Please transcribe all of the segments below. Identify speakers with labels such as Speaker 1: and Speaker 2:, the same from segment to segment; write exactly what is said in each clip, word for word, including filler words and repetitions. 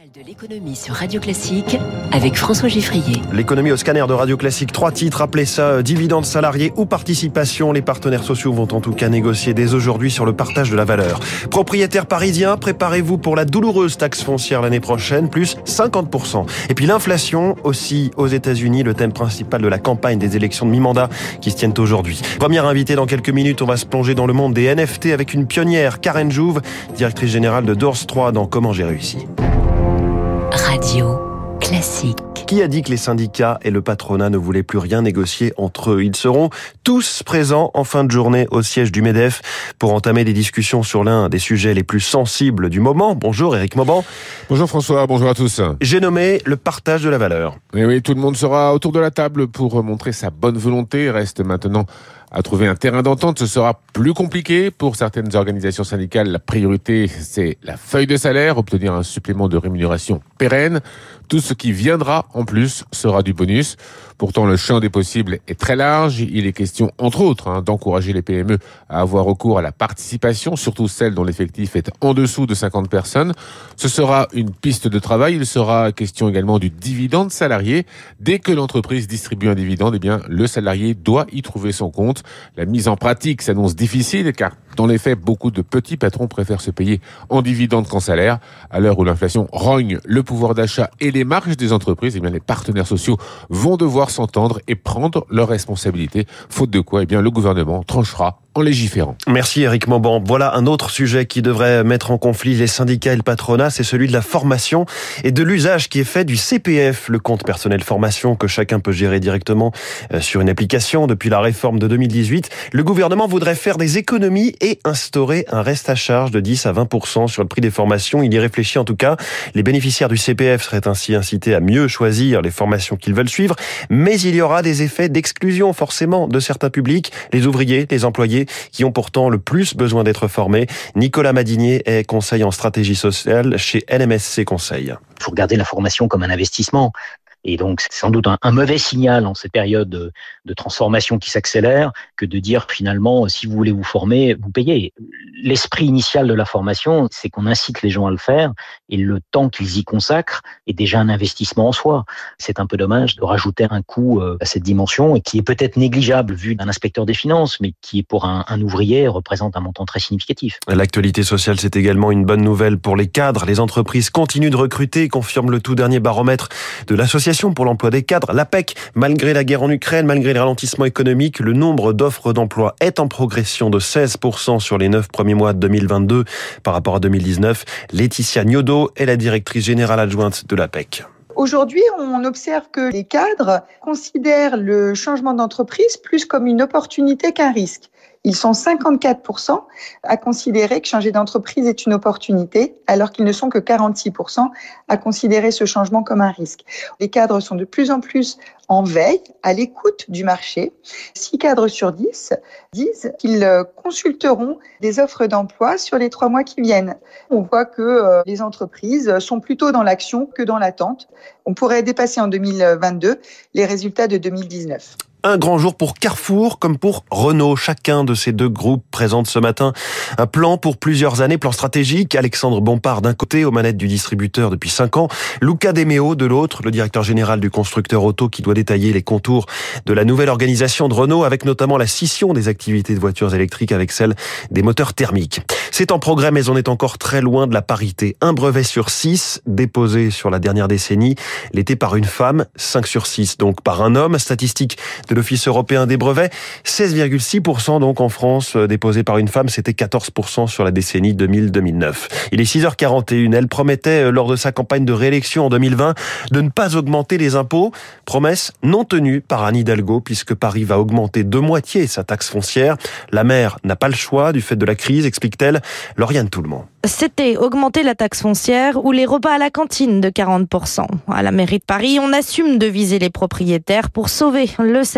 Speaker 1: De l'économie sur Radio Classique avec François Geffrier.
Speaker 2: L'économie au scanner de Radio Classique. Trois titres, appelez ça dividendes salariés ou participation. Les partenaires sociaux vont en tout cas négocier dès aujourd'hui sur le partage de la valeur. Propriétaires parisiens, préparez-vous pour la douloureuse taxe foncière l'année prochaine, plus cinquante pour cent. Et puis l'inflation aussi aux États-Unis, le thème principal de la campagne des élections de mi-mandat qui se tiennent aujourd'hui. Première invitée dans quelques minutes, on va se plonger dans le monde des N F T avec une pionnière, Karen Jouve, directrice générale de Doors trois dans Comment j'ai réussi.
Speaker 1: Radio Classique.
Speaker 2: Qui a dit que les syndicats et le patronat ne voulaient plus rien négocier entre eux? Ils seront tous présents en fin de journée au siège du MEDEF pour entamer des discussions sur l'un des sujets les plus sensibles du moment. Bonjour Éric Mauban.
Speaker 3: Bonjour François, bonjour à tous.
Speaker 2: J'ai nommé le partage de la valeur.
Speaker 3: Et oui, tout le monde sera autour de la table pour montrer sa bonne volonté. Reste maintenant à trouver un terrain d'entente. Ce sera plus compliqué pour certaines organisations syndicales. La priorité, c'est la feuille de salaire, obtenir un supplément de rémunération pérenne. Tout ce qui viendra en plus sera du bonus. Pourtant, le champ des possibles est très large. Il est question, entre autres, hein, d'encourager les P M E à avoir recours à la participation, surtout celles dont l'effectif est en dessous de cinquante personnes. Ce sera une piste de travail. Il sera question également du dividende salarié. Dès que l'entreprise distribue un dividende, eh bien, le salarié doit y trouver son compte. La mise en pratique s'annonce difficile car, dans les faits, beaucoup de petits patrons préfèrent se payer en dividende qu'en salaire. À l'heure où l'inflation rogne le pouvoir d'achat et les marges des entreprises, eh bien, les partenaires sociaux vont devoir s'entendre et prendre leurs responsabilités. Faute de quoi, eh bien, le gouvernement tranchera en légiférant.
Speaker 2: Merci Éric Mauban. Voilà un autre sujet qui devrait mettre en conflit les syndicats et le patronat, c'est celui de la formation et de l'usage qui est fait du C P F, le compte personnel formation que chacun peut gérer directement sur une application. Depuis la réforme de deux mille dix-huit, le gouvernement voudrait faire des économies et instaurer un reste à charge de dix à vingt pour cent sur le prix des formations. Il y réfléchit en tout cas. Les bénéficiaires du C P F seraient ainsi incités à mieux choisir les formations qu'ils veulent suivre, mais il y aura des effets d'exclusion forcément de certains publics, les ouvriers, les employés, qui ont pourtant le plus besoin d'être formés. Nicolas Madinier est conseiller en stratégie sociale chez L M S C Conseil.
Speaker 4: Il faut regarder la formation comme un investissement. Et donc, c'est sans doute un, un mauvais signal en cette période de, de transformation qui s'accélère que de dire finalement, si vous voulez vous former, vous payez. L'esprit initial de la formation, c'est qu'on incite les gens à le faire et le temps qu'ils y consacrent est déjà un investissement en soi. C'est un peu dommage de rajouter un coût à cette dimension et qui est peut-être négligeable vu d'un inspecteur des finances, mais qui pour un, un ouvrier représente un montant très significatif.
Speaker 2: L'actualité sociale, c'est également une bonne nouvelle pour les cadres. Les entreprises continuent de recruter, confirme le tout dernier baromètre de l'association pour l'emploi des cadres, l'A P E C. Malgré la guerre en Ukraine, malgré les ralentissements économiques, le nombre d'offres d'emploi est en progression de seize pour cent sur les neuf premiers mois de deux mille vingt-deux par rapport à deux mille dix-neuf. Laetitia Gnodot est la directrice générale adjointe de l'A P E C.
Speaker 5: Aujourd'hui, on observe que les cadres considèrent le changement d'entreprise plus comme une opportunité qu'un risque. Ils sont cinquante-quatre pour cent à considérer que changer d'entreprise est une opportunité, alors qu'ils ne sont que quarante-six pour cent à considérer ce changement comme un risque. Les cadres sont de plus en plus en veille, à l'écoute du marché. Six cadres sur dix disent qu'ils consulteront des offres d'emploi sur les trois mois qui viennent. On voit que les entreprises sont plutôt dans l'action que dans l'attente. On pourrait dépasser en deux mille vingt-deux les résultats de deux mille dix-neuf.
Speaker 2: Un grand jour pour Carrefour comme pour Renault. Chacun de ces deux groupes présente ce matin un plan pour plusieurs années, plan stratégique. Alexandre Bompard d'un côté, aux manettes du distributeur depuis cinq ans. Luca De Meo de l'autre, le directeur général du constructeur auto qui doit détailler les contours de la nouvelle organisation de Renault avec notamment la scission des activités de voitures électriques avec celle des moteurs thermiques. C'est en progrès mais on est encore très loin de la parité. Un brevet sur six déposé sur la dernière décennie l'était par une femme, cinq sur six donc par un homme. Statistique de l'Office européen des brevets, seize virgule six pour cent donc en France déposé par une femme, c'était quatorze pour cent sur la décennie deux mille à deux mille neuf. Il est six heures quarante et une, elle promettait lors de sa campagne de réélection en deux mille vingt de ne pas augmenter les impôts, promesse non tenue par Anne Hidalgo puisque Paris va augmenter de moitié sa taxe foncière. La maire n'a pas le choix du fait de la crise, explique-t-elle. Lauriane Toulmont.
Speaker 6: C'était augmenter la taxe foncière ou les repas à la cantine de quarante pour cent. À la mairie de Paris, on assume de viser les propriétaires pour sauver le service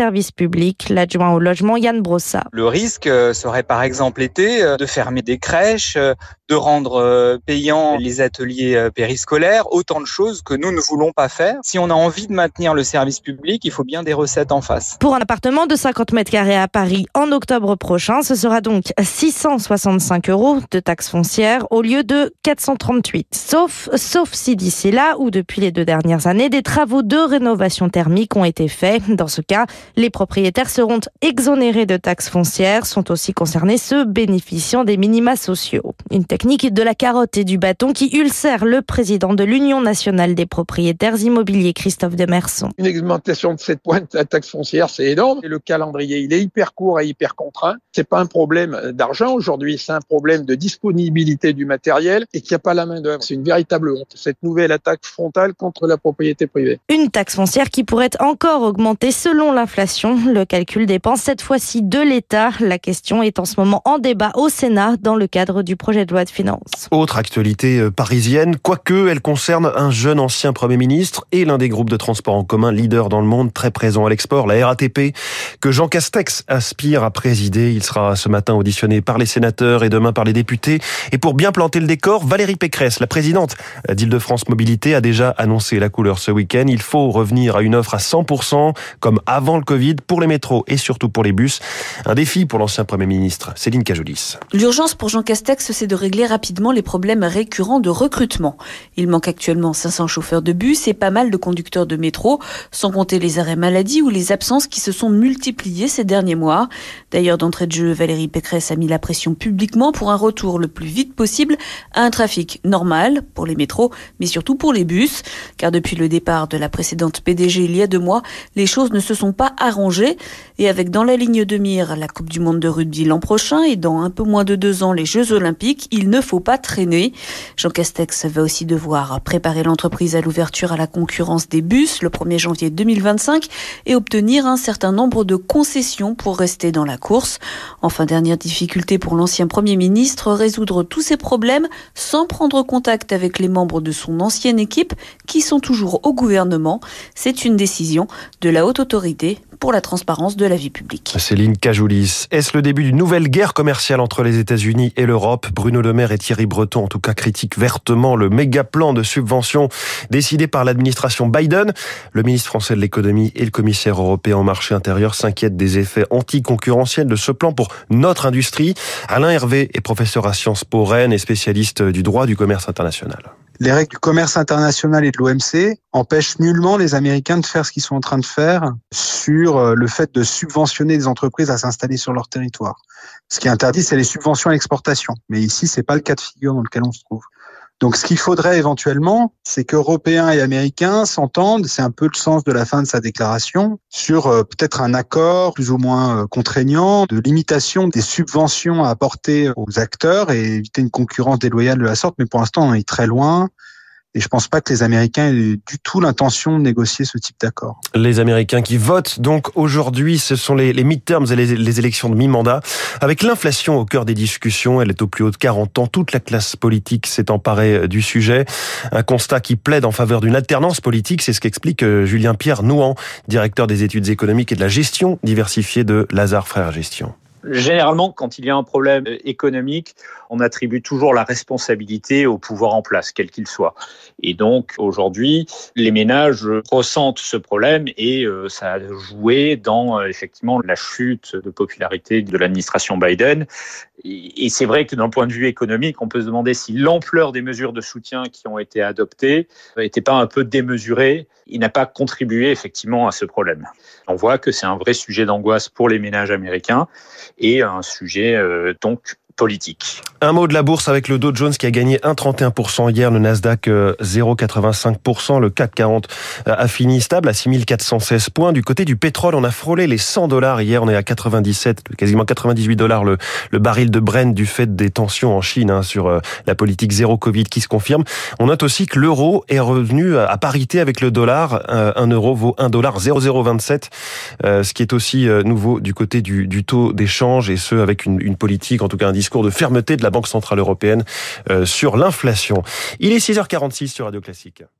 Speaker 6: services publics. L'adjoint au logement, Yann Brossa.
Speaker 7: Le risque serait par exemple été de fermer des crèches, de rendre payants les ateliers périscolaires, autant de choses que nous ne voulons pas faire. Si on a envie de maintenir le service public, il faut bien des recettes en face.
Speaker 6: Pour un appartement de cinquante mètres carrés à Paris en octobre prochain, ce sera donc six cent soixante-cinq euros de taxes foncières au lieu de quatre cent trente-huit. Sauf, sauf si d'ici là, ou depuis les deux dernières années, des travaux de rénovation thermique ont été faits. Dans ce cas, les propriétaires seront exonérés de taxes foncières, sont aussi concernés ceux bénéficiant des minima sociaux. Une technique de la carotte et du bâton qui ulcère le président de l'Union nationale des propriétaires immobiliers, Christophe Demerson.
Speaker 8: Une augmentation de sept points de la taxe foncière, c'est énorme. Et le calendrier, il est hyper court et hyper contraint. C'est pas un problème d'argent aujourd'hui, c'est un problème de disponibilité du matériel et qu'il n'y a pas la main d'œuvre. C'est une véritable honte, cette nouvelle attaque frontale contre la propriété privée.
Speaker 6: Une taxe foncière qui pourrait encore augmenter selon l'inflation. Le calcul dépend cette fois-ci de l'État. La question est en ce moment en débat au Sénat dans le cadre du projet de loi de finances.
Speaker 2: Autre actualité parisienne, quoique elle concerne un jeune ancien Premier ministre et l'un des groupes de transport en commun leader dans le monde, très présent à l'export, la R A T P, que Jean Castex aspire à présider. Il sera ce matin auditionné par les sénateurs et demain par les députés. Et pour bien planter le décor, Valérie Pécresse, la présidente d'Île-de-France Mobilité, a déjà annoncé la couleur ce week-end. Il faut revenir à une offre à cent pour cent, comme avant le Covid, pour les métros et surtout pour les bus. Un défi pour l'ancien Premier ministre, Céline Cajolis.
Speaker 9: L'urgence pour Jean Castex, c'est de régler rapidement les problèmes récurrents de recrutement. Il manque actuellement cinq cents chauffeurs de bus et pas mal de conducteurs de métro, sans compter les arrêts maladie ou les absences qui se sont multipliées ces derniers mois. D'ailleurs, d'entrée de jeu, Valérie Pécresse a mis la pression publiquement pour un retour le plus vite possible à un trafic normal pour les métros, mais surtout pour les bus. Car depuis le départ de la précédente P D G il y a deux mois, les choses ne se sont pas arrangées. Et avec dans la ligne de mire la Coupe du Monde de rugby l'an prochain et dans un peu moins de deux ans les Jeux Olympiques, il ne faut pas traîner. Jean Castex va aussi devoir préparer l'entreprise à l'ouverture à la concurrence des bus le premier janvier deux mille vingt-cinq et obtenir un certain nombre de concessions pour rester dans la course. Enfin, dernière difficulté pour l'ancien Premier ministre, résoudre tous ces problèmes sans prendre contact avec les membres de son ancienne équipe qui sont toujours au gouvernement. C'est une décision de la Haute Autorité pour la transparence de la vie publique.
Speaker 2: Céline Cajolis. Est-ce le début d'une nouvelle guerre commerciale entre les États-Unis et l'Europe ? Bruno Le Maire et Thierry Breton, en tout cas, critiquent vertement le méga plan de subvention décidé par l'administration Biden. Le ministre français de l'économie et le commissaire européen au marché intérieur s'inquiètent des effets anticoncurrentiels de ce plan pour notre industrie. Alain Hervé est professeur à Sciences Po Rennes et spécialiste du droit du commerce international.
Speaker 10: Les règles du commerce international et de l'O M C empêchent nullement les Américains de faire ce qu'ils sont en train de faire sur le fait de subventionner des entreprises à s'installer sur leur territoire. Ce qui est interdit, c'est les subventions à l'exportation. Mais ici, c'est pas le cas de figure dans lequel on se trouve. Donc, ce qu'il faudrait éventuellement, c'est qu'Européens et Américains s'entendent, c'est un peu le sens de la fin de sa déclaration, sur euh, peut-être un accord plus ou moins euh, contraignant de limitation des subventions à apporter aux acteurs et éviter une concurrence déloyale de la sorte. Mais pour l'instant, on en est très loin. Et je pense pas que les Américains aient du tout l'intention de négocier ce type d'accord.
Speaker 2: Les Américains qui votent donc aujourd'hui, ce sont les, les midterms et les, les élections de mi-mandat. Avec l'inflation au cœur des discussions, elle est au plus haut de quarante ans. Toute la classe politique s'est emparée du sujet. Un constat qui plaide en faveur d'une alternance politique, c'est ce qu'explique Julien-Pierre Nouan, directeur des études économiques et de la gestion diversifiée de Lazare Frères Gestion.
Speaker 11: Généralement, quand il y a un problème économique, on attribue toujours la responsabilité au pouvoir en place, quel qu'il soit. Et donc, aujourd'hui, les ménages ressentent ce problème et euh, ça a joué dans, euh, effectivement, la chute de popularité de l'administration Biden. Et, et c'est vrai que d'un point de vue économique, on peut se demander si l'ampleur des mesures de soutien qui ont été adoptées n'était pas un peu démesurée. Il n'a pas contribué, effectivement, à ce problème. On voit que c'est un vrai sujet d'angoisse pour les ménages américains et un sujet, euh, donc, politique.
Speaker 2: Un mot de la bourse avec le Dow Jones qui a gagné un virgule trente et un pour cent hier, le Nasdaq zéro virgule quatre-vingt-cinq pour cent, le C A C quarante a fini stable à six mille quatre cent seize points. Du côté du pétrole, on a frôlé les cent dollars hier, on est à quatre-vingt-dix-sept, quasiment quatre-vingt-dix-huit dollars le, le baril de Brent du fait des tensions en Chine hein, sur euh, la politique zéro Covid qui se confirme. On note aussi que l'euro est revenu à parité avec le dollar, euh, un euro vaut un dollar zéro virgule zéro vingt-sept, euh, ce qui est aussi euh, nouveau du côté du, du taux d'échange et ce avec une, une politique, en tout cas un discours de fermeté de la Banque Centrale Européenne euh, sur l'inflation. Il est six heures quarante-six sur Radio Classique.